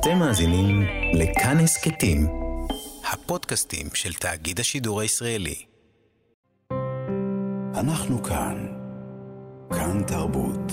אתם מאזינים לכאן הסכתים, הפודקאסטים של תאגיד השידור הישראלי. אנחנו כאן, כאן תרבות.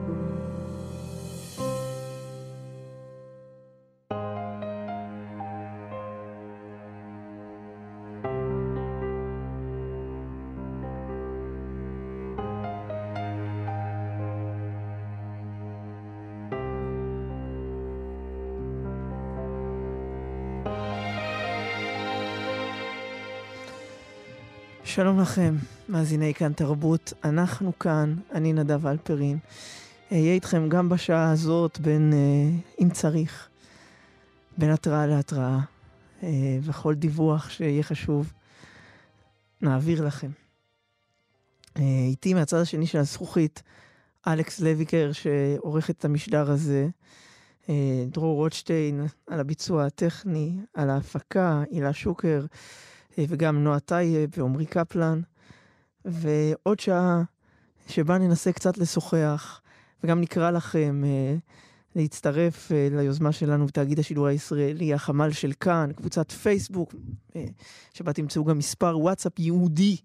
שלום לכם, מאזיני כאן תרבות, אנחנו כאן, אני נדב אלפרין. אהיה איתכם גם בשעה הזאת בין, אם צריך, בין התראה להתראה, וכל דיווח שיהיה חשוב, נעביר לכם. איתי מהצד השני של הזכוכית, אלכס לויקר שעורך את המשדר הזה, דרור רוטשטיין על הביצוע הטכני, על ההפקה, הילה שוקר, וגם נועה טייב ועומרי קפלן, ועוד שעה שבה ננסה קצת לשוחח, וגם נקרא לכם להצטרף ליוזמה שלנו בתאגיד השידור הישראלי, החמ"ל של כאן, קבוצת פייסבוק, שבה תמצאו גם מספר וואטסאפ יהודי,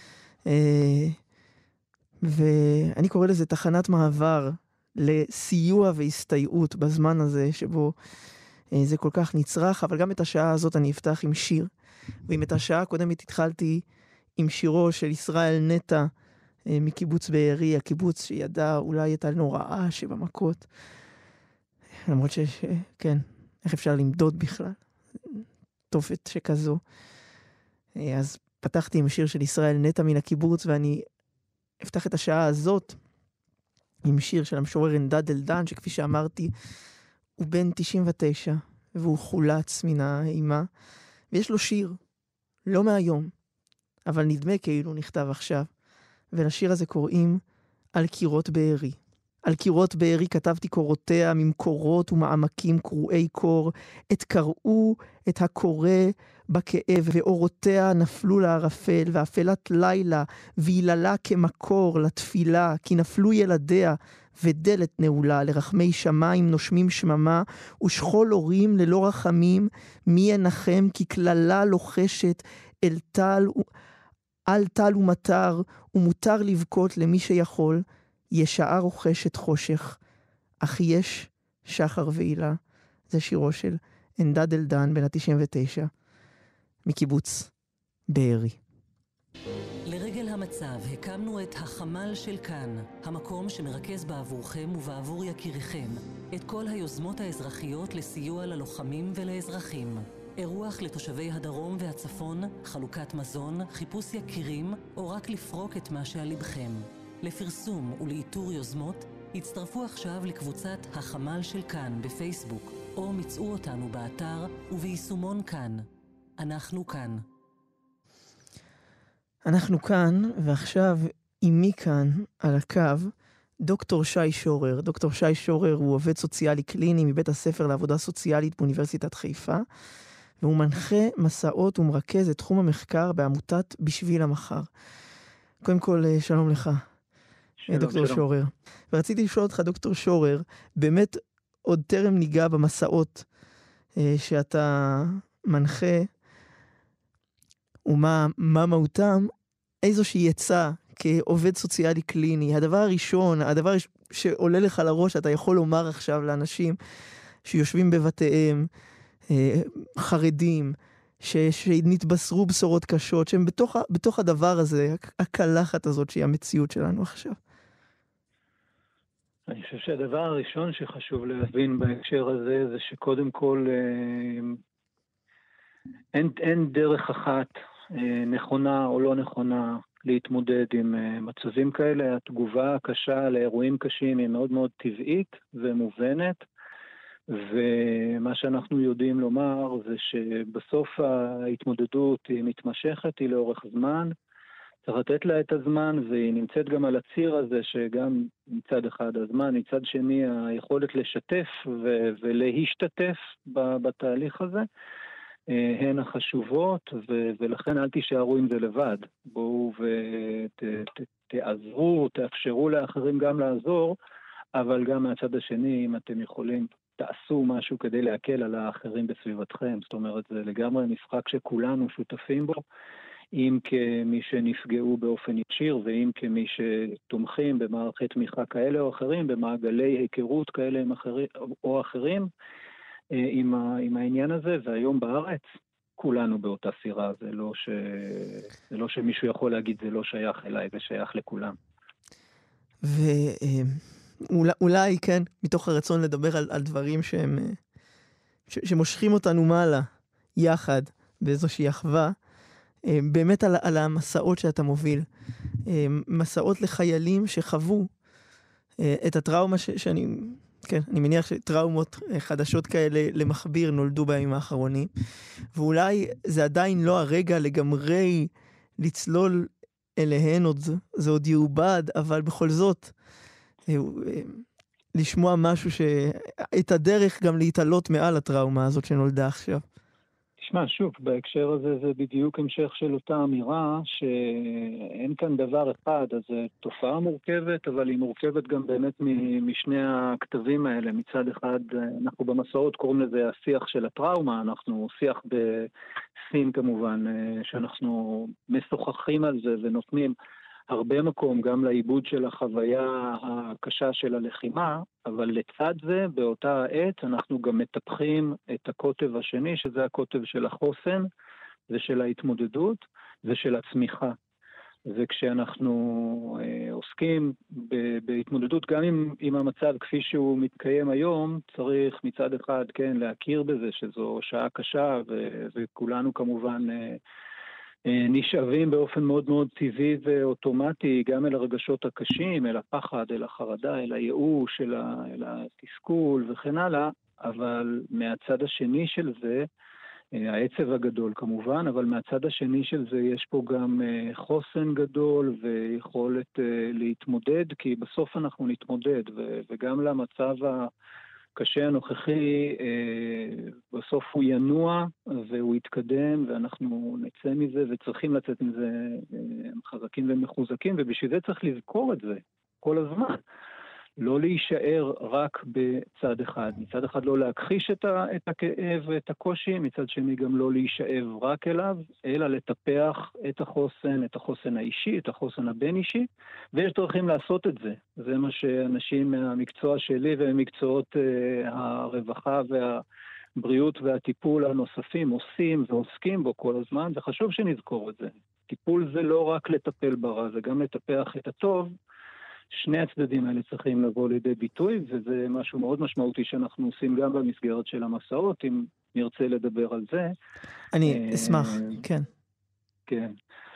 ואני קורא לזה תחנת מעבר לסיוע והסתייעות בזמן הזה שבו זה כל כך נצרך, אבל גם את השעה הזאת אני אפתח עם שיר, ואם את השעה הקודמת התחלתי עם שירו של ישראל נטע מקיבוץ בארי, הקיבוץ שידע אולי את הנוראה שבמכות, למרות כן, איך אפשר למדוד בכלל תופת שכזו. אז פתחתי עם שיר של ישראל נטע מן הקיבוץ, ואני אפתח את השעה הזאת עם שיר של המשורר אנדד אלדן, שכפי שאמרתי הוא בן 99 והוא חולץ מן האימה, ויש לו שיר, לא מהיום, אבל נדמה כאילו נכתב עכשיו, ולשיר הזה קוראים על קירות בארי. על קירות בארי כתבתי קורותיה ממקורות ומעמקים קרועי קור, את קראו את הקורא בכאב, ואורותיה נפלו לערפל, ואפלת לילה, ויללה כמקור לתפילה, כי נפלו ילדיה, ודלת נעולה, לרחמי שמיים נושמים שממה, ושכול הורים ללא רחמים, מי ינחם, כי כללה לוחשת על טל ומטר, ומותר לבכות למי שיכול, ישעה רוחשת חושך, אך יש שחר ועילה. זה שירו של אנדד אלדן בן ה-99, מקיבוץ בארי. לרגל המצב הקמנו את החמ"ל של כאן, המקום שמרכז בעבורכם ובעבור יקיריכם את כל היוזמות האזרחיות לסיוע ללוחמים ולאזרחים. אירוח לתושבי הדרום והצפון, חלוקת מזון, חיפוש יקירים או רק לפרוק את מה שעל לבכם. לפרסום ולאיתור יוזמות, הצטרפו עכשיו לקבוצת החמ"ל של כאן בפייסבוק, או מצאו אותנו באתר וביישומון כאן. אנחנו כאן. אנחנו כאן, ועכשיו עם מי כאן על הקו, דוקטור שי שורר. דוקטור שי שורר הוא עובד סוציאלי קליני מבית הספר לעבודה סוציאלית באוניברסיטת חיפה, והוא מנחה מסעות ומרכז את תחום המחקר בעמותת בשביל המחר. קודם כל, שלום לך, דוקטור שורר. ורציתי לשאול אותך, דוקטור שורר, באמת עוד טרם ניגע במסעות שאתה מנחה, ומה מהותם, איזושהי עצה כעובד סוציאלי קליני, הדבר הראשון, הדבר שעולה לך לראש, אתה יכול לומר עכשיו לאנשים שיושבים בבתיהם, חרדים, שנתבשרו בשורות קשות, שהם בתוך הדבר הזה, הקלחת הזאת שהיא המציאות שלנו עכשיו. אני חושב שהדבר הראשון שחשוב להבין בהקשר הזה, זה שקודם כל אין דרך אחת נכונה או לא נכונה להתמודד עם מצבים כאלה. התגובה הקשה לאירועים קשים היא מאוד מאוד טבעית ומובנת, ומה שאנחנו יודעים לומר זה שבסוף ההתמודדות היא מתמשכת, היא לאורך זמן, צריך לתת לה את הזמן, והיא נמצאת גם על הציר הזה שגם מצד אחד הזמן, מצד שני היכולת לשתף ולהשתתף בתהליך הזה, הן החשובות, ולכן אל תישארו עם זה לבד. בואו ותעזרו, תאפשרו לאחרים גם לעזור, אבל גם מהצד השני, אם אתם יכולים, תעשו משהו כדי להקל על האחרים בסביבתכם. זאת אומרת, זה לגמרי משחק שכולנו שותפים בו, אם כמי שנפגעו באופן ישיר, ואם כמי שתומכים במערכי תמיכה כאלה או אחרים, במעגלי היכרות כאלה או אחרים, עם העניין הזה. והיום בארץ, כולנו באותה סירה. זה לא שמישהו יכול להגיד, זה לא שייך אליי, זה שייך לכולם. ואולי, כן, מתוך הרצון לדבר על דברים שמושכים אותנו מעלה, יחד, באיזושהי אחווה, באמת על המסעות שאתה מוביל. מסעות לחיילים שחוו את הטראומה שאני מניח שטראומות חדשות כאלה למכביר נולדו בימים האחרונים, ואולי זה עדיין לא הרגע לגמרי לצלול אליהן, זה עוד יעובד, אבל בכל זאת, לשמוע משהו את הדרך גם להתעלות מעל הטראומה הזאת שנולדה עכשיו. תשמע, שוב, בהקשר הזה זה בדיוק המשך של אותה אמירה שאין כאן דבר אחד, אז זו תופעה מורכבת, אבל היא מורכבת גם באמת משני הכתבים האלה. מצד אחד, אנחנו במסעות קוראים לזה השיח של הטראומה, אנחנו שיח בסין כמובן, שאנחנו משוחחים על זה ונותנים הרבה מקום גם לעיבוד של החוויה הקשה של הלחימה, אבל לצד זה, באותה העת, אנחנו גם מטפחים את הקוטב השני, שזה הקוטב של החוסן ושל ההתמודדות ושל הצמיחה. וכשאנחנו עוסקים בהתמודדות גם עם המצב כפי שהוא מתקיים היום, צריך מצד אחד כן להכיר בזה שזו שעה קשה, וכולנו כמובן נשאבים באופן מאוד מאוד טבעי ואוטומטי גם אל הרגשות הקשים, אל הפחד, אל החרדה, אל הייאוש, אל התסכול וכן הלאה, אבל מהצד השני של זה, העצב הגדול כמובן, אבל מהצד השני של זה יש פה גם חוסן גדול ויכולת להתמודד, כי בסוף אנחנו נתמודד, וגם למצב הקשה הנוכחי, בסוף הוא ינוע והוא יתקדם, ואנחנו נצא מזה וצריכים לצאת מזה חזקים ומחוזקים, ובשביל זה צריך לזכור את זה כל הזמן. לא להישאר רק בצד אחד. מצד אחד לא להכחיש את הכאב ואת הקושי, מצד שני גם לא להישאב רק אליו, אלא לטפח את החוסן האישי, את החוסן הבין-אישי, ויש דרכים לעשות את זה. זה מה שאנשים מהמקצוע שלי ומקצועות הרווחה והבריאות והטיפול הנוספים עושים ועוסקים בו כל הזמן, וחשוב שנזכור את זה. טיפול זה לא רק לטפל ברע, זה גם לטפח את הטוב. שני הצדדים האלה צריכים לבוא לידי ביטוי, וזה משהו מאוד משמעותי שאנחנו עושים גם במסגרת של המסעות, אם נרצה לדבר על זה. אני אשמח, כן. כן.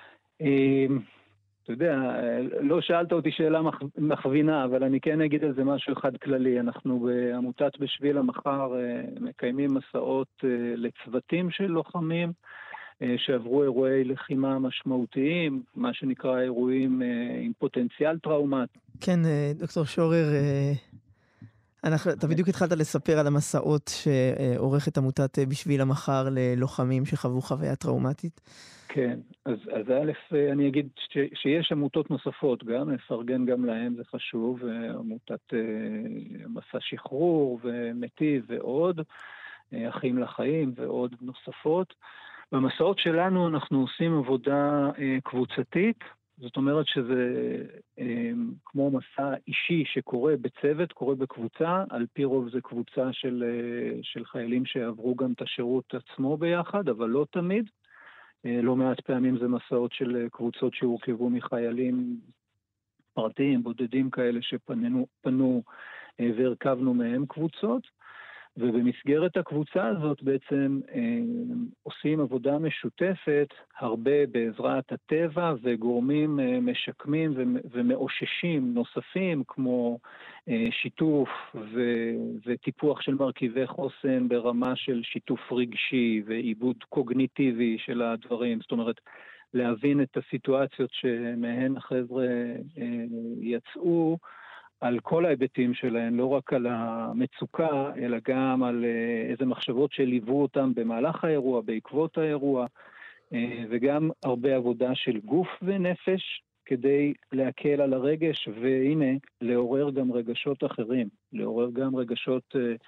אתה יודע, לא שאלת אותי שאלה מכווינה, אבל אני כן אגיד על זה משהו אחד כללי. אנחנו בעמותת בשביל המחר מקיימים מסעות לצוותים של לוחמים, שעברו אירועי לחימה משמעותיים, מה שנקרא אירועים עם פוטנציאל טראומט. כן, דוקטור שורר, אתה בדיוק התחלת לספר על המסעות שעורכת עמותת בשביל המחר ללוחמים שחוו חוויה טראומטית. כן, אז א', אני אגיד שיש עמותות נוספות גם, נפרגן גם להם, זה חשוב, עמותת מסע שחרור ומטיב ועוד, אחים לחיים ועוד נוספות. במסעות שלנו אנחנו עושים עבודה קבוצתית, זאת אומרת שזה כמו מסע אישי שקורה בצוות, קורה בקבוצה, על פי רוב זה קבוצה של חיילים שעברו גם את השירות עצמו ביחד, אבל לא תמיד. לא מעט פעמים זה מסעות של קבוצות שהורכבו מחיילים פרטיים, בודדים כאלה שפנו והרכבנו מהם קבוצות. ובמסגרת הקבוצה הזאת בעצם עושים עבודה משותפת הרבה בעזרת הטבע וגורמים משקמים ומאוששים נוספים כמו שיתוף וטיפוח של מרכיבי חוסן ברמה של שיתוף רגשי ועיבוד קוגניטיבי של הדברים, זאת אומרת להבין את הסיטואציות שמהן החבר'ה יצאו על כל ההיבטים שלהם, לא רק על המצוקה, אלא גם על איזה מחשבות שליוו אותם במהלך האירוע, בעקבות האירוע, וגם הרבה עבודה של גוף ונפש, כדי להקל על הרגש, והנה, לעורר גם רגשות אחרים, לעורר גם רגשות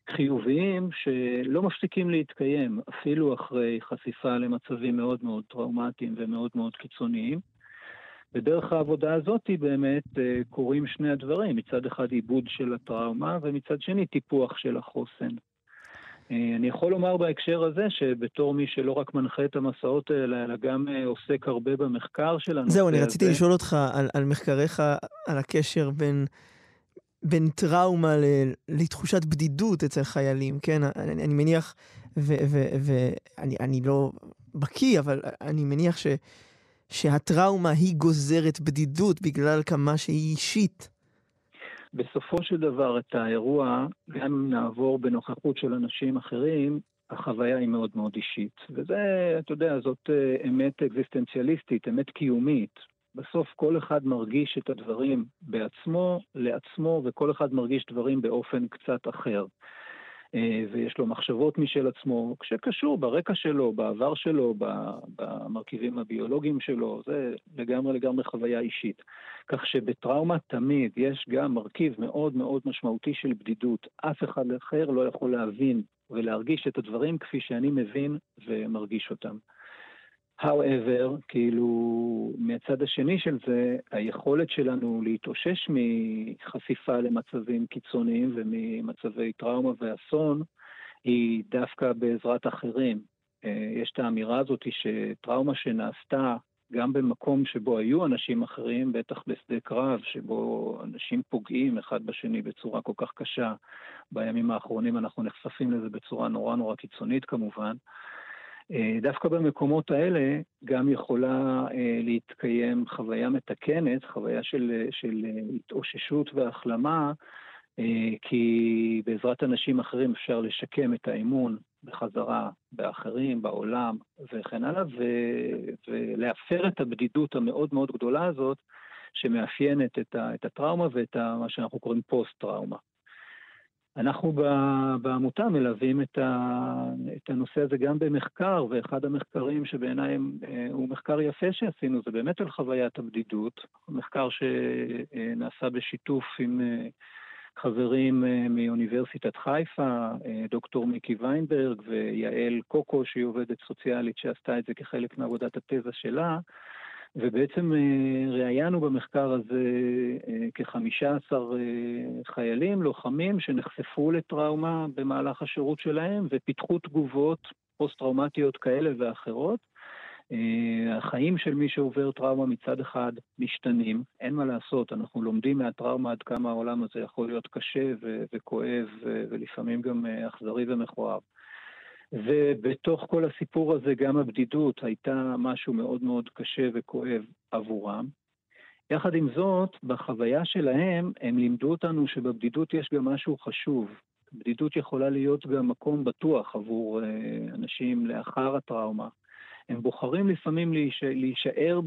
חיוביים שלא מפסיקים להתקיים, אפילו אחרי חשיפה למצבים מאוד מאוד טראומטיים ומאוד מאוד קיצוניים. ודרך העבודה הזאת באמת קורים שני הדברים, מצד אחד עיבוד של הטראומה, ומצד שני טיפוח של החוסן. אני יכול לומר בהקשר הזה שבתור מי שלא רק מנחה את המסעות האלה, אלא גם עוסק הרבה במחקר של הנושא הזה. זהו, אני רציתי לשאול אותך על מחקריך, על הקשר בין טראומה לתחושת בדידות אצל חיילים, כן? אני מניח, ואני לא בקיא, אבל אני מניח שהטראומה היא גוזרת בדידות בגלל כמה שהיא אישית. בסופו של דבר את האירוע, גם אם נעבור בנוכחות של אנשים אחרים, החוויה היא מאוד מאוד אישית. וזה, אתה יודע, זאת אמת אקזיסטנציאליסטית, אמת קיומית. בסוף כל אחד מרגיש את הדברים בעצמו, לעצמו, וכל אחד מרגיש דברים באופן קצת אחר. ויש לו מחשבות משל עצמו, כשקשור ברקע שלו, בעבר שלו, במרכיבים הביולוגיים שלו, זה לגמרי חוויה אישית. כך שבטראומה תמיד יש גם מרכיב מאוד מאוד משמעותי של בדידות. אף אחד אחר לא יכול להבין ולהרגיש את הדברים כפי שאני מבין ומרגיש אותם. However, כאילו, מהצד השני של זה, היכולת שלנו להתאושש מחשיפה למצבים קיצוניים וממצבי טראומה ואסון, היא דווקא בעזרת אחרים. יש את האמירה הזאת שטראומה שנעשתה גם במקום שבו היו אנשים אחרים, בטח בשדה קרב, שבו אנשים פוגעים אחד בשני בצורה כל כך קשה. בימים האחרונים אנחנו נחשפים לזה בצורה נורא קיצונית כמובן. דווקא במקומות האלה גם יכולה להתקיים חוויה מתקנת, חוויה של התאוששות והחלמה, כי בעזרת אנשים אחרים אפשר לשקם את האמון בחזרה באחרים, בעולם וכן הלאה, ולאפשר את הבדידות המאוד מאוד גדולה הזאת, שמאפיינת את הטראומה ואת מה שאנחנו קוראים פוסט-טראומה. אנחנו בעמותה מלווים את הנושא הזה גם במחקר, ואחד המחקרים שבעיניי הוא מחקר יפה שעשינו, זה באמת על חוויית הבדידות, מחקר שנעשה בשיתוף עם חברים מאוניברסיטת חיפה, דוקטור מיקי ויינברג ויעל קוקו, שהיא עובדת סוציאלית שעשתה את זה כחלק מעבודת התזה שלה, ובעצם ראיינו במחקר הזה כ-15 חיילים, לוחמים, שנחשפו לטראומה במהלך השירות שלהם, ופיתחו תגובות פוסט-טראומטיות כאלה ואחרות. החיים של מי שעובר טראומה מצד אחד משתנים, אין מה לעשות, אנחנו לומדים מהטראומה עד כמה העולם הזה יכול להיות קשה וכואב, ולפעמים גם אכזרי ומכוער. ובתוך כל הסיפור הזה גם הבדידות הייתה משהו מאוד מאוד קשה וכואב עבורם. יחד עם זאת, בחוויה שלהם, הם לימדו אותנו שבבדידות יש גם משהו חשוב. בדידות יכולה להיות גם מקום בטוח עבור אנשים לאחר הטראומה. הם בוחרים לפעמים להישאר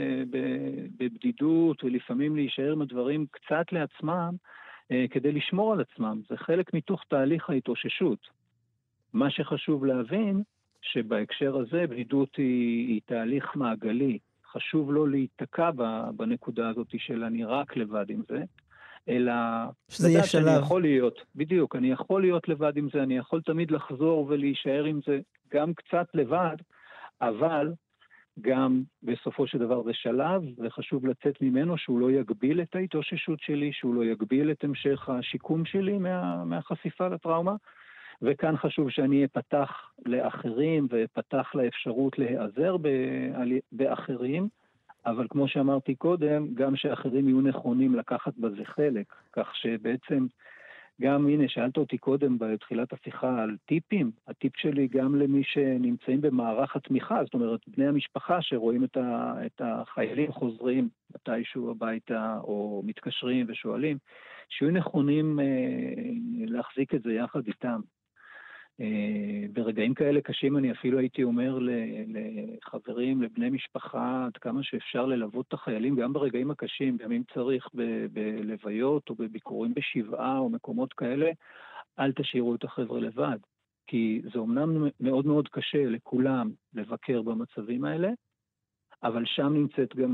בבדידות, ולפעמים להישאר עם הדברים קצת לעצמם, כדי לשמור על עצמם. זה חלק מתוך תהליך ההתאוששות. מה שחשוב להבין, שבהקשר הזה בדידות היא תהליך מעגלי. חשוב לא להיתקע בנקודה הזאת של אני רק לבד עם זה, אלא שזה יהיה שלב. אני יכול להיות, בדיוק, אני יכול להיות לבד עם זה, אני יכול תמיד לחזור ולהישאר עם זה גם קצת לבד, אבל גם בסופו של דבר זה שלב, וחשוב לצאת ממנו שהוא לא יגביל את ההתאוששות שלי, שהוא לא יגביל את המשך השיקום שלי מהחשיפה לטראומה, וכאן חשוב שאני אפתח לאחרים ואפתח לאפשרות להיעזר באחרים, אבל כמו שאמרתי קודם, גם שאחרים יהיו נכונים לקחת בזה חלק, כך שבעצם גם, הנה, שאלת אותי קודם בתחילת השיחה על טיפים, הטיפ שלי גם למי שנמצאים במערך התמיכה, זאת אומרת, בני המשפחה שרואים את החיילים חוזרים מתישהו הביתה או מתקשרים ושואלים, שיהיו נכונים להחזיק את זה יחד איתם. ברגעים כאלה קשים אני אפילו הייתי אומר לחברים, לבני משפחה, עד כמה שאפשר ללוות את החיילים, גם ברגעים הקשים, בימים צריך בלוויות או בביקורים בשבעה או מקומות כאלה, אל תשאירו את החבר'ה לבד. כי זה אומנם מאוד מאוד קשה לכולם לבקר במצבים האלה, אבל שם נמצאת גם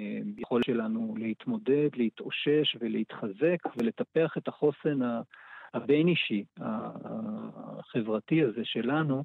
היכולת שלנו להתמודד, להתאושש ולהתחזק ולטפח את החוסן הבין אישי, החברתי הזה שלנו,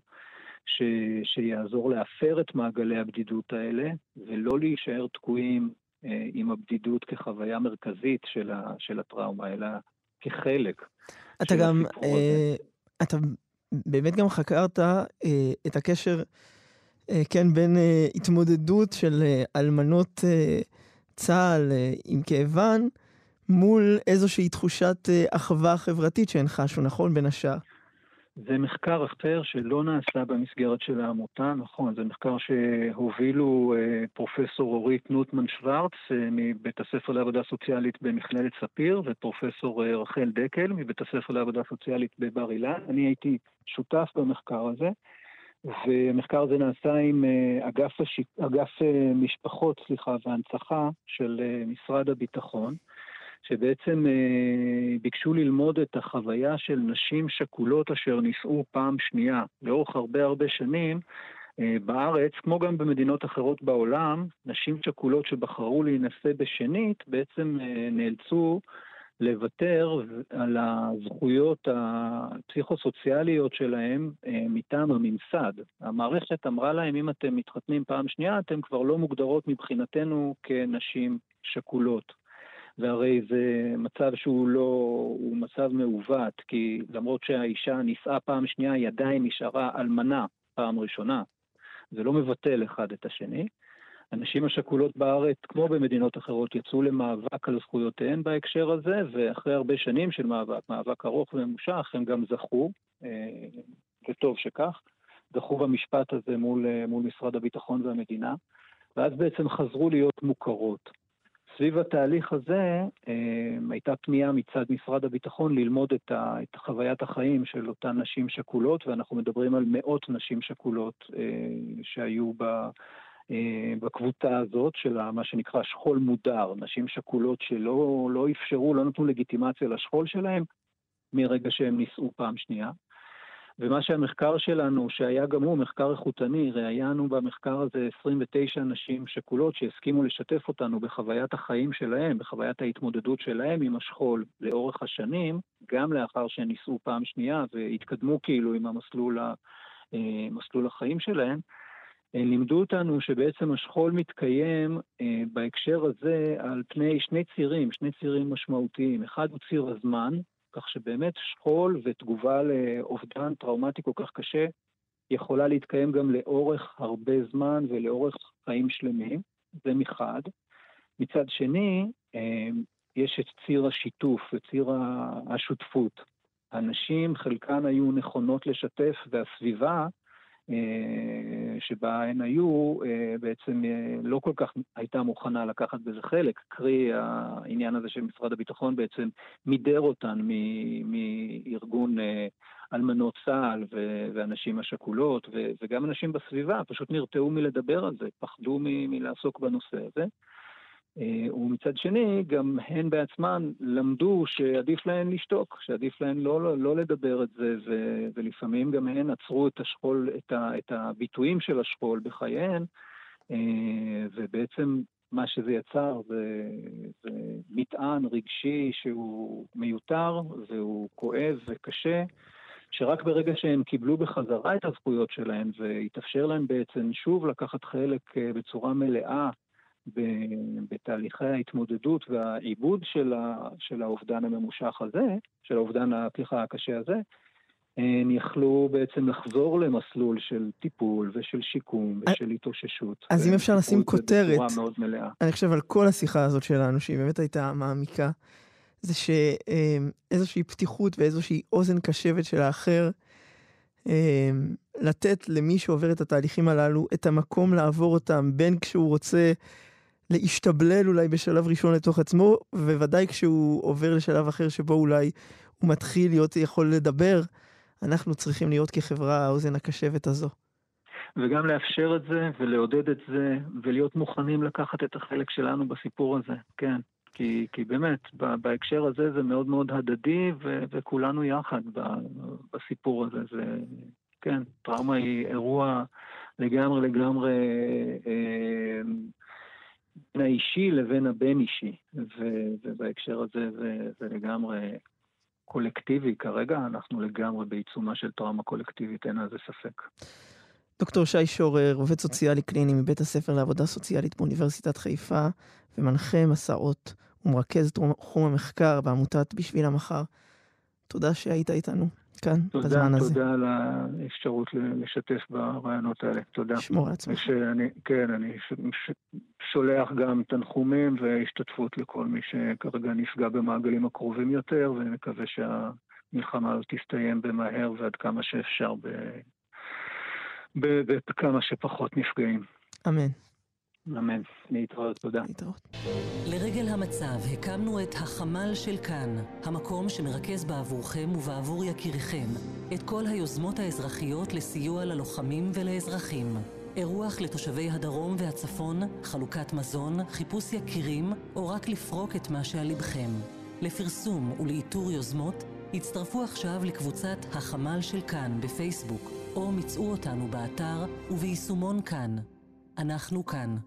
שיעזור להפר את מעגלי הבדידות האלה, ולא להישאר תקועים עם הבדידות כחוויה מרכזית של הטראומה, אלא כחלק אתה של גם, הסיפור הזה. אתה באמת גם חקרת את הקשר, כן, בין התמודדות של אלמנות צה"ל עם כאבן, מול איזושהי תחושת אחווה חברתית שהן חשו, נכון? בין השאר. זה מחקר אחר שלא נעשה במסגרת של העמותה, נכון, זה מחקר שהובילו פרופסור אורית נוטמן שוורץ מבית הספר לעבודה סוציאלית במכללת ספיר, ופרופסור רחל דקל מבית הספר לעבודה סוציאלית בבר אילן. אני הייתי שותף במחקר הזה, והמחקר הזה נעשה עם אגף משפחות, והנצחה של משרד הביטחון, שבעצם ביקשו ללמוד את החוויה של נשים שכולות אשר נישאו פעם שנייה. לאורך הרבה שנים בארץ, כמו גם במדינות אחרות בעולם, נשים שכולות שבחרו להינשא בשנית, בעצם נאלצו לוותר על הזכויות הפסיכוסוציאליות שלהם מטעם הממסד. המערכת אמרה להם, אם אתם מתחתנים פעם שנייה, אתם כבר לא מוגדרות מבחינתנו כנשים שכולות. והרי זה מצב הוא מצב מעוות, כי למרות שהאישה נישאה פעם שנייה, היא עדיין נשארה אלמנה פעם ראשונה. זה לא מבטל אחד את השני. הנשים השכולות בארץ, כמו במדינות אחרות, יצאו למאבק על זכויותיהן בהקשר הזה, ואחרי הרבה שנים של מאבק ארוך וממושך, הם גם זכו, וטוב שכך, זכו במשפט הזה מול משרד הביטחון והמדינה, ואז בעצם חזרו להיות מוכרות. סביב התהליך הזה הייתה פנייה מצד משרד הביטחון ללמוד את חוויית החיים של אותן נשים שכולות, ואנחנו מדברים על מאות נשים שכולות שהיו בקבוצה הזאת של מה שנקרא שכול מודר, נשים שכולות שלא אפשרו, לא נתנו לגיטימציה לשכול שלהם מרגע שהם נישאו פעם שנייה. ומה שהמחקר שלנו, שהיה גם הוא מחקר איכותני, ראיינו במחקר הזה 29 נשים שכולות שהסכימו לשתף אותנו בחוויית החיים שלהם, בחוויית ההתמודדות שלהם עם השכול לאורך השנים, גם לאחר שהם נישאו פעם שנייה והתקדמו כאילו עם מסלול החיים שלהם, לימדו אותנו שבעצם השכול מתקיים בהקשר הזה על פני שני צירים משמעותיים. אחד הוא ציר הזמן, כך שבאמת שכול ותגובה לאובדן טראומטי כל כך קשה יכולה להתקיים גם לאורך הרבה זמן ולאורך חיים שלמים, זה מחד. מצד שני, יש את ציר השיתוף וציר השותפות. הנשים חלקן היו נכונות לשתף, והסביבה שבה הן היו בעצם לא כל כך הייתה מוכנה לקחת בזה חלק, קרי העניין הזה של משרד הביטחון בעצם מידר אותן מארגון אלמנות צה"ל ואנשים השכולות, וגם אנשים בסביבה פשוט נרתעו מלדבר על זה, פחדו מלעסוק בנושא הזה. ומצד שני, גם הן בעצמן למדו שעדיף להן לשתוק, שעדיף להן לא לדבר את זה, ולפעמים גם הן עצרו את השכול, את הביטויים של השכול בחייהן, ובעצם מה שזה יצר זה מטען רגשי שהוא מיותר, והוא כואב וקשה, שרק ברגע שהם קיבלו בחזרה את הזכויות שלהם, והתאפשר להם בעצם שוב לקחת חלק בצורה מלאה, בתהליכי ההתמודדות והעיבוד של האובדן הממושך הזה, של האובדן הקשה הזה, הם יכלו בעצם לחזור למסלול של טיפול ושל שיקום ושל התאוששות. אז אם אפשר לשים כותרת, אני חושב על כל השיחה הזאת שלנו, שהיא באמת הייתה מעמיקה, זה שאיזושהי פתיחות ואיזושהי אוזן קשבת של האחר, לתת למי שעובר את התהליכים הללו את המקום לעבור אותם, בין כשהוא רוצה להשתבלל אולי בשלב ראשון לתוך עצמו, וודאי כשהוא עובר לשלב אחר שבו אולי הוא מתחיל להיות יכול לדבר, אנחנו צריכים להיות כחברה האוזן הקשבת הזו. וגם לאפשר את זה ולעודד את זה, ולהיות מוכנים לקחת את החלק שלנו בסיפור הזה, כן. כי באמת, בהקשר הזה זה מאוד מאוד הדדי, וכולנו יחד בסיפור הזה. זה, כן, טראומה היא אירוע לגמרי בין האישי לבין הבין אישי, ובהקשר הזה זה לגמרי קולקטיבי כרגע, אנחנו לגמרי בעיצומה של טראומה קולקטיבית, אין על זה ספק. דוקטור שי שורר, עובד סוציאלי קליני מבית הספר לעבודה סוציאלית באוניברסיטת חיפה, ומנחה מסעות ומרכז תחום המחקר בעמותת בשביל המחר. תודה שהיית איתנו כאן בזמן הזה. תודה על האפשרות לשתף ברעיונות האלה. תודה. שמור על עצמך. אני שולח גם תנחומים והשתתפות לכל מי שכרגע נפגע במעגלים הקרובים יותר, ומקווה שהמלחמה תסתיים במהר ועד כמה שאפשר בכמה שפחות נפגעים. אמן. אמן. להתראות, תודה. להתראות. לרגל המצב הקמנו את החמ"ל של כאן, המקום שמרכז בעבורכם ובעבור יקיריכם את כל היוזמות האזרחיות לסיוע ללוחמים ולאזרחים. אירוח לתושבי הדרום והצפון, חלוקת מזון, חיפוש יקירים או רק לפרוק את מה שעל לבכם. לפרסום ולאיתור יוזמות, הצטרפו עכשיו לקבוצת החמ"ל של כאן בפייסבוק, או מצאו אותנו באתר וביישומון כאן. אנחנו כאן.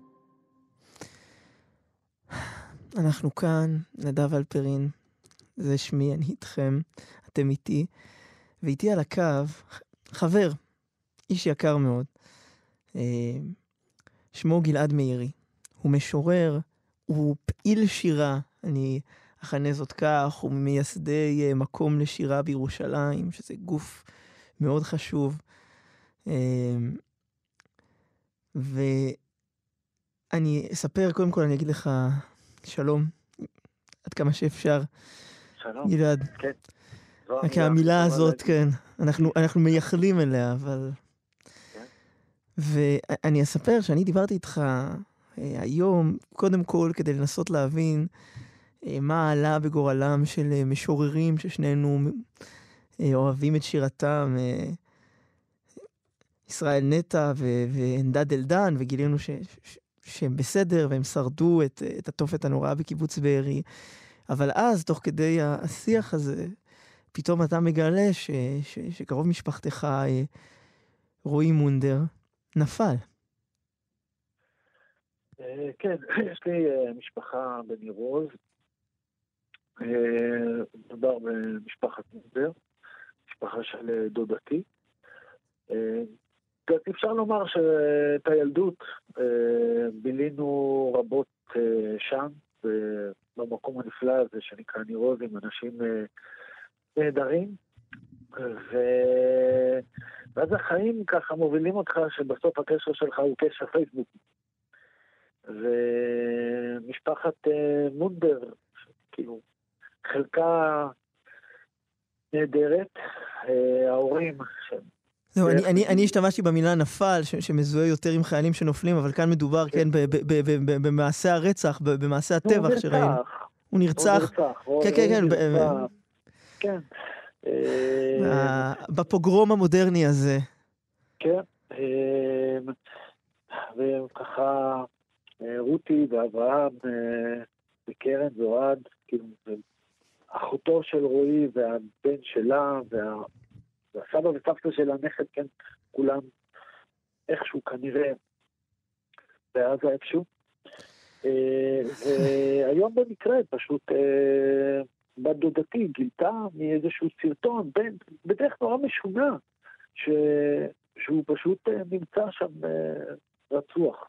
אנחנו כאן, נדב אלפרין, זה שמי, אני איתכם, אתם איתי, ואיתי על הקו, חבר, איש יקר מאוד, שמו גלעד מאירי, הוא משורר, הוא פעיל שירה, אני אכנה זאת כך, הוא מייסדי מקום לשירה בירושלים, שזה גוף מאוד חשוב, ואני אספר, קודם כל אני אגיד לך שלום, עד כמה שאפשר. שלום. גלעד. כן. כי המילה הזאת, כן, אנחנו מייחלים אליה, אבל... כן. ואני אספר שאני דיברתי איתך היום, קודם כל כדי לנסות להבין מה עלה בגורלם של משוררים ששנינו אוהבים את שירתם, ישראל נטע ואנדד אלדן, וגילינו שהם בסדר והם שרדו את התופת הנוראה בקיבוץ בארי. אבל אז, תוך כדי השיח הזה, פתאום אתה מגלה שקרוב משפחתך, רועי מונדר, נפל. כן, יש לי משפחה בניר עוז. מדובר במשפחת מונדר, משפחה של דודתי. אפשר לומר שאת הילדות בילינו רבות שם, במקום הנפלא הזה שנקרא ניר עוז, עם אנשים נהדרים, ואז החיים ככה מובילים אותך שבסוף הקשר שלך הוא קשר פייסבוק. ומשפחת מונדר, כאילו, חלקה נהדרת, ההורים זהו, אני השתמשתי במילה נפל, שמזוהה יותר עם חיילים שנופלים, אבל כאן מדובר, כן, במעשה הרצח, במעשה הטבח שראינו. הוא נרצח. כן, כן, כן. בפוגרום המודרני הזה. כן. וככה, רותי ואברהם וקרן ואוהד, כאילו, אחותו של רועי והבן שלה והסבא וסבתא של הנכד, כן, כולם איכשהו כנראה בעזה איפשהו. והיום במקרה פשוט בת דודתי גילתה מאיזשהו סרטון, בדרך נורא משונה, שהוא פשוט נמצא שם רצוח.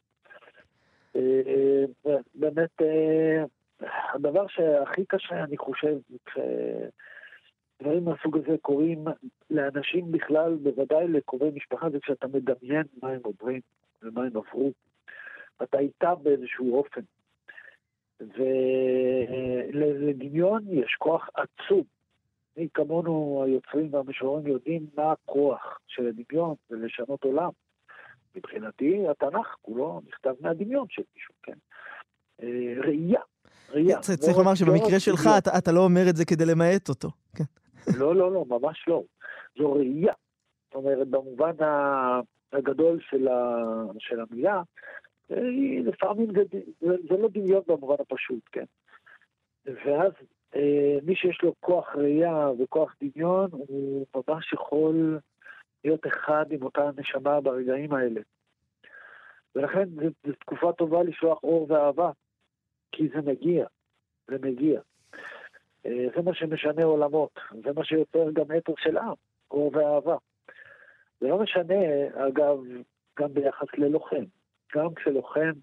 באמת, הדבר שהכי קשה, אני חושב, דברים מהסוג הזה קורים לאנשים בכלל, בוודאי לקרובי משפחה, זה כשאתה מדמיין מה הם עוברים ומה הם עברו. אתה איתה באיזשהו אופן. ולדמיון יש כוח עצום. כמונו היוצרים והמשוררים יודעים מה הכוח של הדמיון ולשנות עולם. מבחינתי, התנ"ך כולו נכתב מהדמיון של מישהו, כן? ראייה. צריך לומר שבמקרה שלך אתה לא אומר את זה כדי למעט אותו. לא, ממש לא. זו ראייה. זאת אומרת, במובן הגדול של המילה, לפעמים זה לא דמיון במובן הפשוט, כן? ואז מי שיש לו כוח ראייה וכוח דמיון, הוא ממש יכול להיות אחד עם אותה נשמה ברגעים האלה. ולכן זו תקופה טובה לשלוח אור ואהבה, כי זה מגיע. זה מה שמשנה עולמות, זה מה שיוצר גם אתוס של עם, אור ואהבה. זה לא משנה, אגב, גם ביחס ללוחם. גם כשלוחם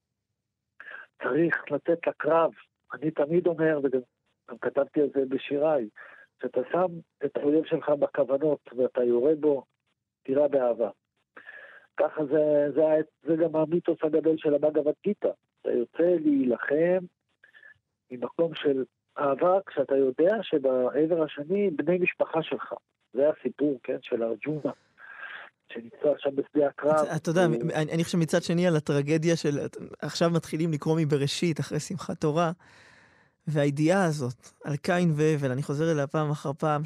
צריך לצאת לקרב. אני תמיד אומר, וגם כתבתי על זה בשיריי, שאתה שם את האויב שלך בכוונות ואתה יורה בו, תירה באהבה. ככה זה גם המיתוס הגדול של הבגבד גיטה. אתה יוצא להילחם ממקום של אהבה, כשאתה יודע שבעבר השני בני משפחה שלך. זה הסיפור, כן, של ארג'ונה, שנמצא עכשיו בשדה הקרב. אתה יודע, אני חושב מצד שני על הטרגדיה של, עכשיו מתחילים לקרוא מבראשית אחרי שמחת תורה, והידיעה הזאת על קין והבל, אני חוזר אליה פעם אחר פעם,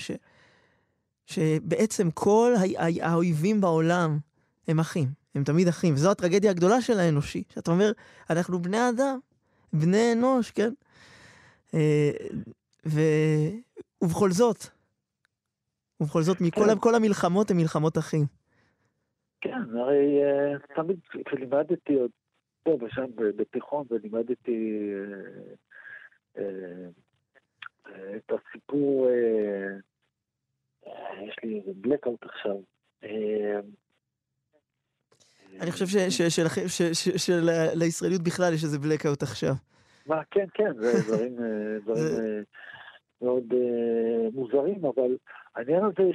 שבעצם כל האויבים בעולם הם אחים, הם תמיד אחים, וזו הטרגדיה הגדולה של האנושי, שאתה אומר, אנחנו בני אדם, בני אנוש, כן? ובכל זאת, כל המלחמות הן מלחמות אחים. כן, הרי תמיד כשלימדתי עוד פה ושם בתיכון, ולימדתי את הסיפור, יש לי איזה בלקאוט עכשיו. אני חושב שלישראליות בכלל יש איזה בלקאוט עכשיו. כן, זה דברים מאוד מוזרים, אבל העניין הזה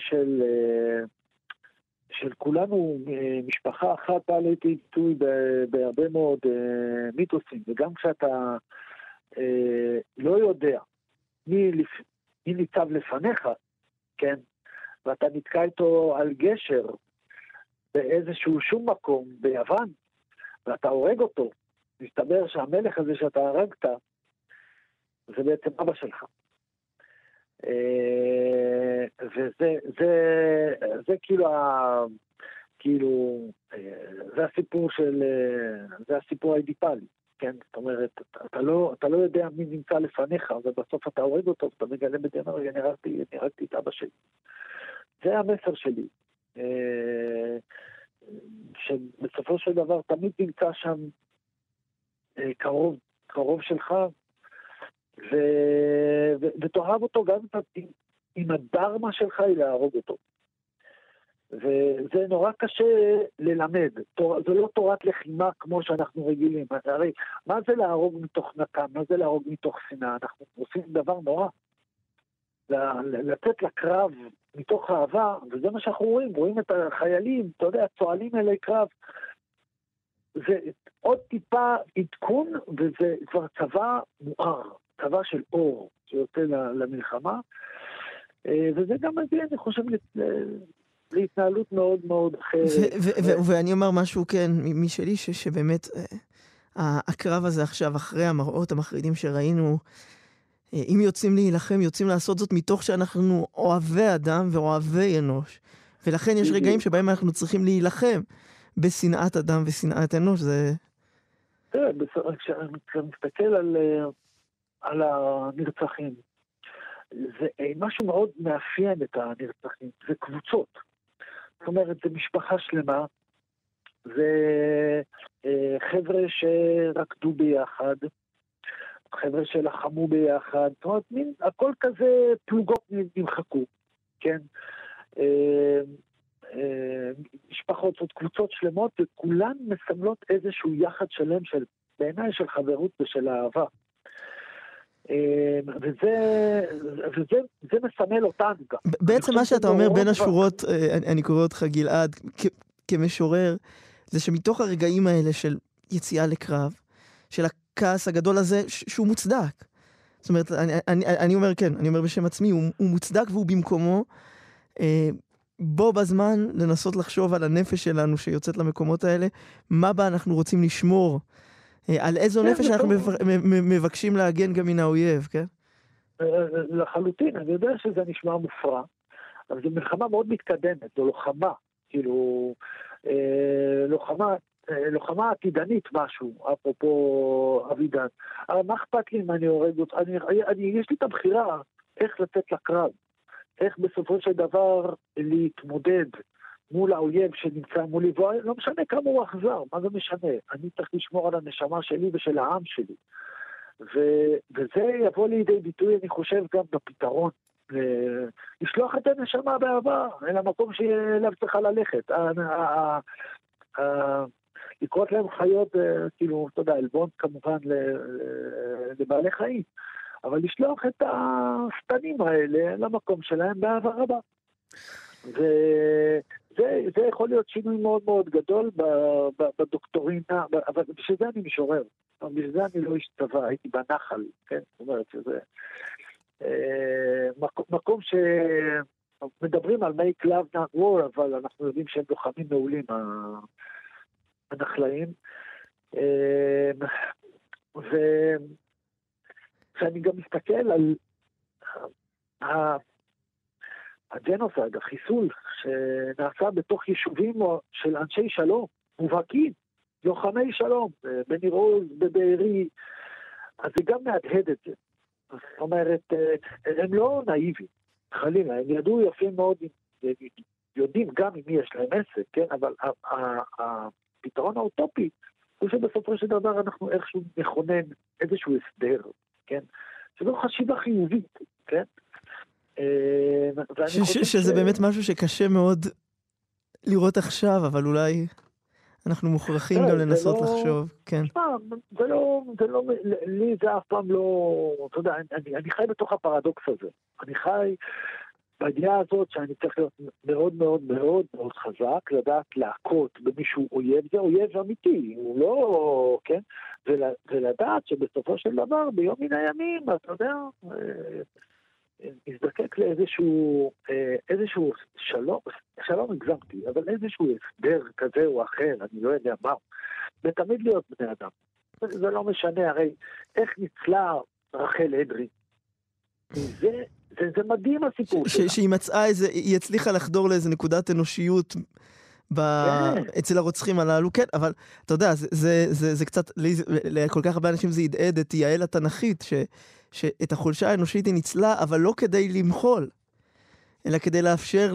של כולנו משפחה אחת באה לידי ביטוי בהרבה מאוד מיתוסים, וגם כשאתה לא יודע מי ניצב לפניך, כן, ואתה נתקע איתו על גשר באיזשהו שום מקום ביוון, ואתה הורג אותו, מסתבר שהמלך הזה שאתה הרגת, זה בעצם אבא שלך. וזה כאילו, זה הסיפור האידיפלי, כן? זאת אומרת, אתה לא יודע מי נמצא לפניך, ובסוף אתה הורג אותו, ואתה מגלה בדיוק, אני הרגתי את אבא שלי. זה המסר שלי. שבסופו של דבר תמיד נמצא שם קרוב שלך, ותאהב אותו גם עם הדרמה שלך היא להרוג אותו. וזה נורא קשה ללמד. זה לא תורת לחימה כמו שאנחנו רגילים. הרי מה זה להרוג מתוך נקם? מה זה להרוג מתוך שנאה? אנחנו עושים דבר נורא. לצאת לקרב מתוך אהבה, וזה מה שאנחנו רואים את החיילים, אתה יודע, צועלים אלי קרב. זה עוד טיפה עדכון, וזה כבר צבא מואר, צבא של אור שיוצא למלחמה, וזה גם מביא, אני חושב, להתנהלות מאוד מאוד אחרת. ואני אומר משהו, כן, משלי, שבאמת הקרב הזה עכשיו, אחרי המראות המחרידים שראינו, אם יוצאים להילחם, יוצאים לעשות זאת מתוך שאנחנו אוהבי אדם ואוהבי אנוש. ולכן יש רגעים שבהם אנחנו צריכים להילחם בשנאת אדם ושנאת אנוש. זה... תראה, כשאני מסתכל על הנרצחים, זה משהו מאוד מאפיין את הנרצחים, זה קבוצות. זאת אומרת, זה משפחה שלמה, זה חבר'ה שרקדו ביחד, חבר'ה שלחמו ביחד, זאת אומרת, הכל כזה פלוגות נמחקו, כן? משפחות, זאת קבוצות שלמות, וכולן מסמלות איזשהו יחד שלם של, בעיניי של חברות ושל אהבה. וזה מסמל אותנו גם. בעצם מה שאתה אומר בין השורות, אני קורא אותך גלעד, כמשורר, זה שמתוך הרגעים האלה של יציאה לקרב, של הכעס הגדול הזה, שהוא מוצדק. זאת אומרת, אני אומר כן, אני אומר בשם עצמי, הוא מוצדק והוא במקומו, בו בזמן לנסות לחשוב על הנפש שלנו שיוצאת למקומות האלה, מה בה אנחנו רוצים לשמור, על איזו נפש אנחנו מבקשים להגן גם מן האויב, כן? לחלוטין, אני יודע שזה נשמע מופרע, אבל זו מלחמה מאוד מתקדמת, זו לוחמה, כאילו, לוחמה עתידנית משהו, אפרופו אבידן. אבל מה אכפת לי אם אני הורג אותו? יש לי את הבחירה איך לצאת לקרב, איך בסופו של דבר להתמודד מול האויב שנמצא מולי, לא משנה כמה הוא אכזר, מה זה משנה? אני צריך לשמור על הנשמה שלי ושל העם שלי. וזה יבוא לידי ביטוי, אני חושב, גם בפתרון. לשלוח את הנשמה בעבר, אל המקום שאליו צריכה ללכת. לקרות להם חיות, כאילו, אתה יודע, עלבון כמובן לבעלי חיים, אבל לשלוח את הסתנים האלה למקום שלהם בעבר הבא. וזה יכול להיות שינוי מאוד מאוד גדול בדוקטורינה, אבל בשביל זה אני משורר. בשביל זה אני לא איש צבא, הייתי בנחל, כן? זאת אומרת שזה מקום שמדברים על make love not war, אבל אנחנו יודעים שהם לוחמים מעולים, הנחלאים. ואני גם מסתכל על הג'נוסייד, החיסול שנעשה בתוך יישובים של אנשי שלום, מובהקים, לוחמי שלום, בניר עוז, בבארי, אז זה גם מהדהד את זה. זאת אומרת, הם לא נאיבים, חלילה, הם ידעו יפים מאוד, יודעים גם עם מי יש להם עסק, כן? אבל הפתרון האוטופי הוא שבסופו של דבר אנחנו איכשהו נכונן איזשהו הסדר, כן? שזו חשיבה חיובית, כן? שזה באמת משהו שקשה מאוד לראות עכשיו, אבל אולי אנחנו מוכרחים גם לנסות לחשוב, כן. זה לא, לי זה אף פעם לא, אתה יודע, אני חי בתוך הפרדוקס הזה. אני חי בידיעה הזאת שאני צריך להיות מאוד מאוד מאוד מאוד חזק, לדעת להכות במישהו אויב, זה אויב אמיתי, הוא לא, כן? ולדעת שבסופו של דבר, ביום מן הימים, אתה יודע, נזדקק לאיזשהו שלום הגזמתי, אבל איזשהו הסדר כזה או אחר, אני לא יודע מה, ותמיד להיות בני אדם. זה לא משנה, הרי איך ניצלה רחל אדרי? זה מדהים הסיפור שלה. שהיא מצאה היא הצליחה לחדור לאיזו נקודת אנושיות אצל הרוצחים הללו, כן, אבל אתה יודע, זה קצת, לכל כך הרבה אנשים זה ידעד את יעל התנכית, שאת החולשה האנושית היא ניצלה, אבל לא כדי למחול, אלא כדי לאפשר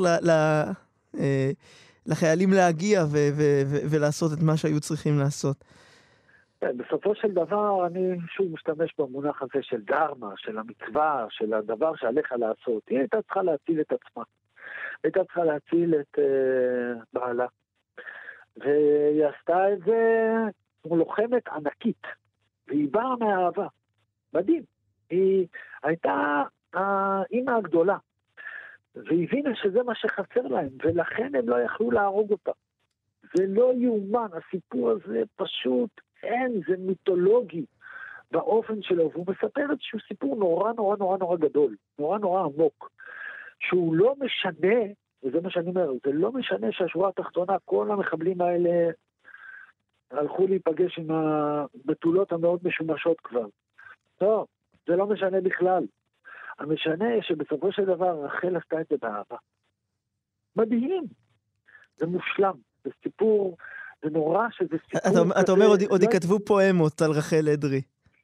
לחיילים להגיע ולעשות את מה שהיו צריכים לעשות. בסופו של דבר, אני שוב משתמש במונח הזה של דרמה, של המצווה, של הדבר שעליך לעשות. היא הייתה צריכה להציל את עצמה. הייתה צריכה להציל את בעלה. והיא עשתה את זה כמו לוחמת ענקית. והיא באה מהאהבה. מדהים. היא הייתה האמא הגדולה. והיא הבינה שזה מה שחסר להם, ולכן הם לא יכלו להרוג אותה. זה לא יאומן, הסיפור הזה פשוט אין, זה מיתולוגי באופן שלו, והוא מספר איזשהו סיפור נורא נורא נורא נורא גדול, נורא נורא עמוק, שהוא לא משנה, וזה מה שאני אומר, זה לא משנה שהשורה התחתונה, כל המחבלים האלה הלכו להיפגש עם הבתולות המאוד משומשות כבר. לא, זה לא משנה בכלל. המשנה שבסופו של דבר רחל עשתה את זה באהבה. מדהים. זה מושלם. זה סיפור, זה נורא שזה סיפור... אתה אומר, עוד יכתבו פואמות על רחל אדרי.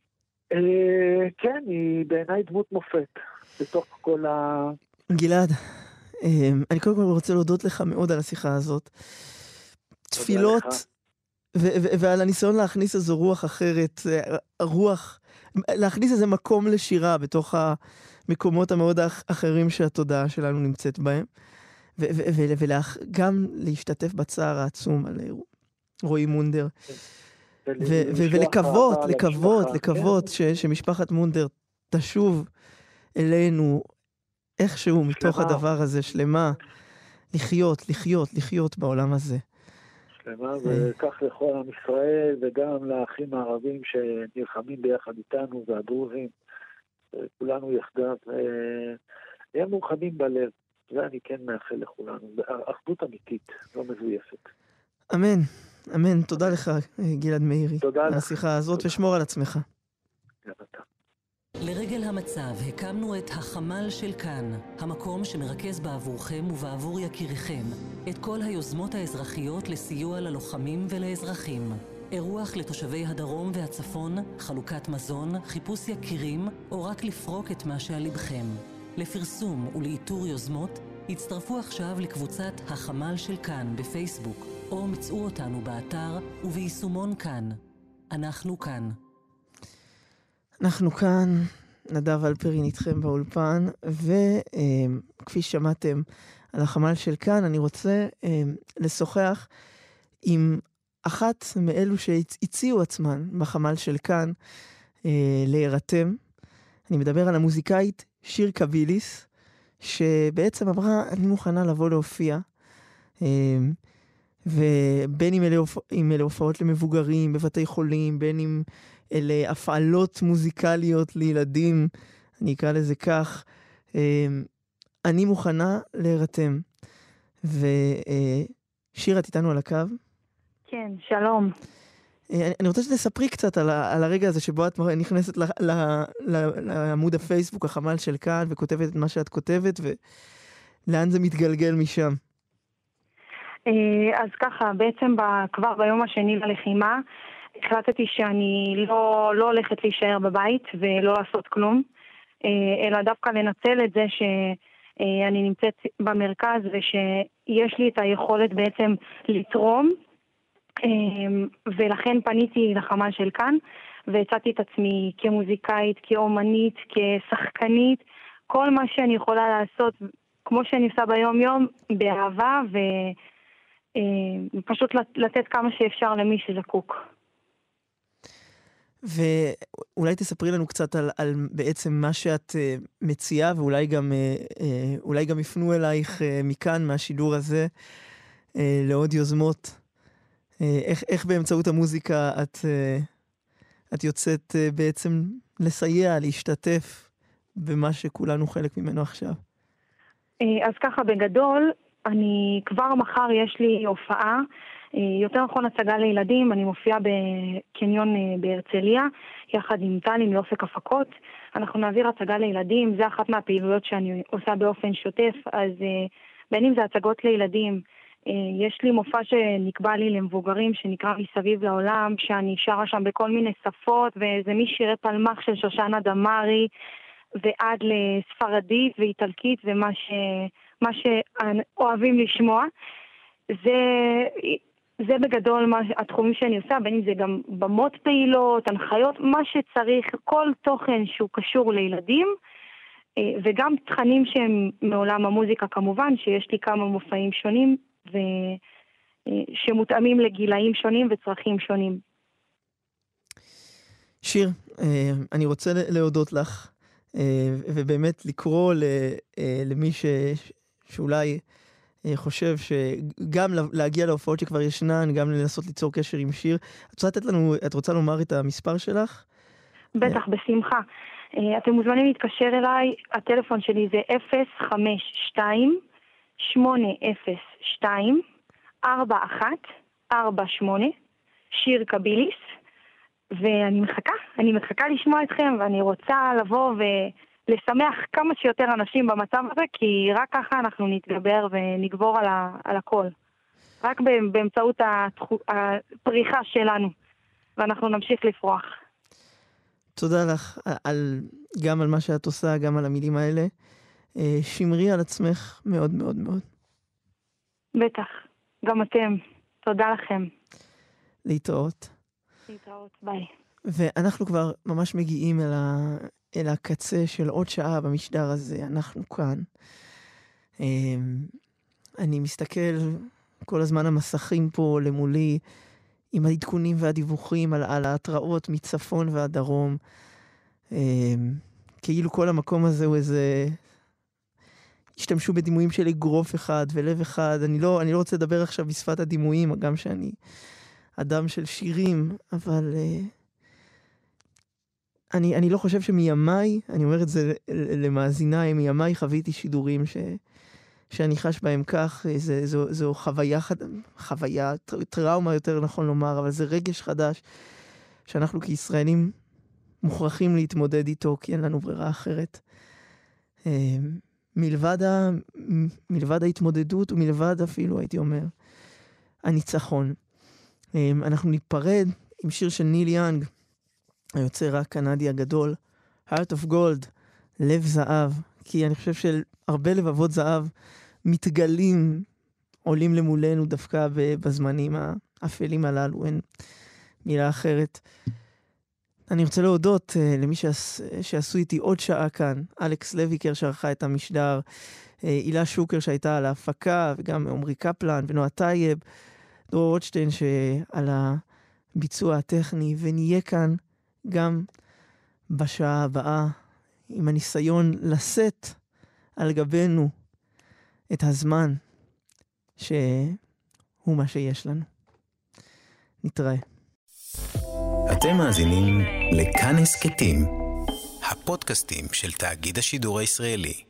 כן, היא בעיניי דמות מופת. בתוך כל גלעד, אני קודם כל רוצה להודות לך מאוד על השיחה הזאת. תפילות, ועל הניסיון להכניס איזו רוח אחרת, להכניס איזה מקום לשירה בתוך המקומות המאוד אחרים שהתודעה שלנו נמצאת בהם, וגם להשתתף בצער העצום על רועי מונדר, ולקוות שמשפחת מונדר תשוב אלינו איכשהו מתוך הדבר הזה, שלמה, לחיות בעולם הזה. שלמה, וכך לכל עם ישראל, וגם לאחים הערבים שנלחמים ביחד איתנו, והדרוזים, כולנו יחדיו, הם מאוחדים בלב, ואני כן מאחל לכולנו, אחדות אמיתית, לא מזויפת. אמן, אמן, תודה לך גלעד מאירי, תודה על השיחה הזאת, ושמור על עצמך. גם אתה. לרגל המצב הקמנו את החמ"ל של כאן, המקום שמרכז בעבורכם ובעבור יקיריכם את כל היוזמות האזרחיות לסיוע ללוחמים ולאזרחים. אירוח לתושבי הדרום והצפון, חלוקת מזון, חיפוש יקירים או רק לפרוק את מה שעל לבכם. לפרסום ולאיתור יוזמות, הצטרפו עכשיו לקבוצת החמ"ל של כאן בפייסבוק, או מצאו אותנו באתר וביישומון כאן. אנחנו כאן. אנחנו כאן, נדב אלפרין איתכם באולפן, וכפי שמעתם על החמ"ל של כאן, אני רוצה לשוחח עם אחת מאלו שהציעו עצמן בחמ"ל של כאן להירתם. אני מדבר על המוזיקאית שיר קביליס, שבעצם אמרה, אני מוכנה לבוא להופיע, ובין אם אלה הופעות למבוגרים בבתי חולים, בין אם אלה הפעלות מוזיקליות לילדים, אני אקרא לזה כך, אני מוכנה להירתם. ושיר, את איתנו על הקו? כן, שלום. אני רוצה שתספרי קצת על הרגע הזה שבו את נכנסת לעמוד הפייסבוק, החמ"ל של כאן, וכותבת את מה שאת כותבת, ולאן זה מתגלגל משם? אז ככה, בעצם כבר ביום השני ללחימה, החלטתי שאני לא הולכת להישאר בבית ולא לעשות כלום, אלא דווקא לנצל את זה שאני נמצאת במרכז ושיש לי את היכולת בעצם לתרום, ולכן פניתי לחמ"ל של כאן והצעתי את עצמי כמוזיקאית, כאומנית, כשחקנית, כל מה שאני יכולה לעשות כמו שאני עושה ביום יום, באהבה ופשוט לתת כמה שאפשר למי שזקוק. ואולי תספרי לנו קצת על בעצם מה שאת מציעה, ואולי גם יפנו אלייך מכאן, מהשידור הזה, לעוד יוזמות. איך באמצעות המוזיקה את יוצאת בעצם לסייע, להשתתף במה שכולנו חלק ממנו עכשיו? אז ככה בגדול, אני כבר מחר יש לי הופעה, יותר נכון הצגה לילדים, אני מופיעה בקניון בהרצליה, יחד עם טלי מאופק הפקות. אנחנו נעביר הצגה לילדים, זה אחת מהפעילויות שאני עושה באופן שוטף, אז בין אם זה הצגות לילדים, יש לי מופע שנקבע לי למבוגרים שנקרא מסביב לעולם, שאני שרה שם בכל מיני שפות, וזה משירי פלמח של שושנה דמארי, ועד לספרדית ואיטלקית ומה שאוהבים לשמוע. זה בגדול התחומים שאני עושה, בין אם זה גם במות פעילות, הנחיות, מה שצריך, כל תוכן שהוא קשור לילדים, וגם תכנים שהם מעולם המוזיקה כמובן, שיש לי כמה מופעים שונים, שמותאמים לגילאים שונים וצרכים שונים. שיר, אני רוצה להודות לך, ובאמת לקרוא למי שאולי חושב שגם להגיע להופעות שכבר ישנן, גם לנסות ליצור קשר עם שיר. את רוצה לומר את המספר שלך? בטח, בשמחה. אתם מוזמנים להתקשר אליי, הטלפון שלי זה 052-802-4148, שיר קביליס, ואני מחכה לשמוע אתכם, ואני רוצה לבוא ולשמח כמה שיותר אנשים במצב הזה, כי רק ככה אנחנו נתגבר ונגבור על הכל. רק באמצעות הפריחה שלנו, ואנחנו נמשיך לפרוח. תודה לך גם על מה שאת עושה, גם על המילים האלה. שמרי על עצמך מאוד מאוד מאוד. בטח, גם אתם. תודה לכם. להתראות. ביי. ואנחנו כבר ממש מגיעים אל הקצה של עוד שעה במשדר הזה. אנחנו כאן. אני מסתכל כל הזמן המסכים פה למולי, עם העדכונים והדיווחים על ההתראות מצפון ועד דרום. כאילו כל המקום הזה הוא איזה... השתמשו בדימויים של אגרוף אחד ולב אחד. אני לא רוצה לדבר עכשיו בשפת הדימויים, גם שאני אדם של שירים, אבל אני לא חושב שמימיי, אני אומר את זה למאזיניי, מימיי חוויתי שידורים שאני חש בהם כך. זו חוויה, טראומה יותר נכון לומר, אבל זה רגש חדש שאנחנו כישראלים מוכרחים להתמודד איתו, כי אין לנו ברירה אחרת. מלבד ההתמודדות ומלבד אפילו, הייתי אומר, הניצחון. אנחנו ניפרד עם שיר של ניל יאנג, היוצר הקנדי הגדול, Heart of Gold, לב זהב, כי אני חושב שהרבה לבבות זהב מתגלים, עולים למולנו דווקא בזמנים האפלים הללו, אין מילה אחרת. אני רוצה להודות למי שעשו איתי עוד שעה כאן. אלכס לויקר שערכה את המשדר, הילה שוקר שהייתה על ההפקה, וגם עומרי קפלן ונועה טייב, דרור רוטשטיין שעל הביצוע הטכני, ונהיה כאן גם בשעה הבאה עם הניסיון לשאת על גבינו את הזמן שהוא מה שיש לנו. נתראה. אתם מאזינים לכאן הסכתים, הפודקאסטים של תאגיד השידור הישראלי.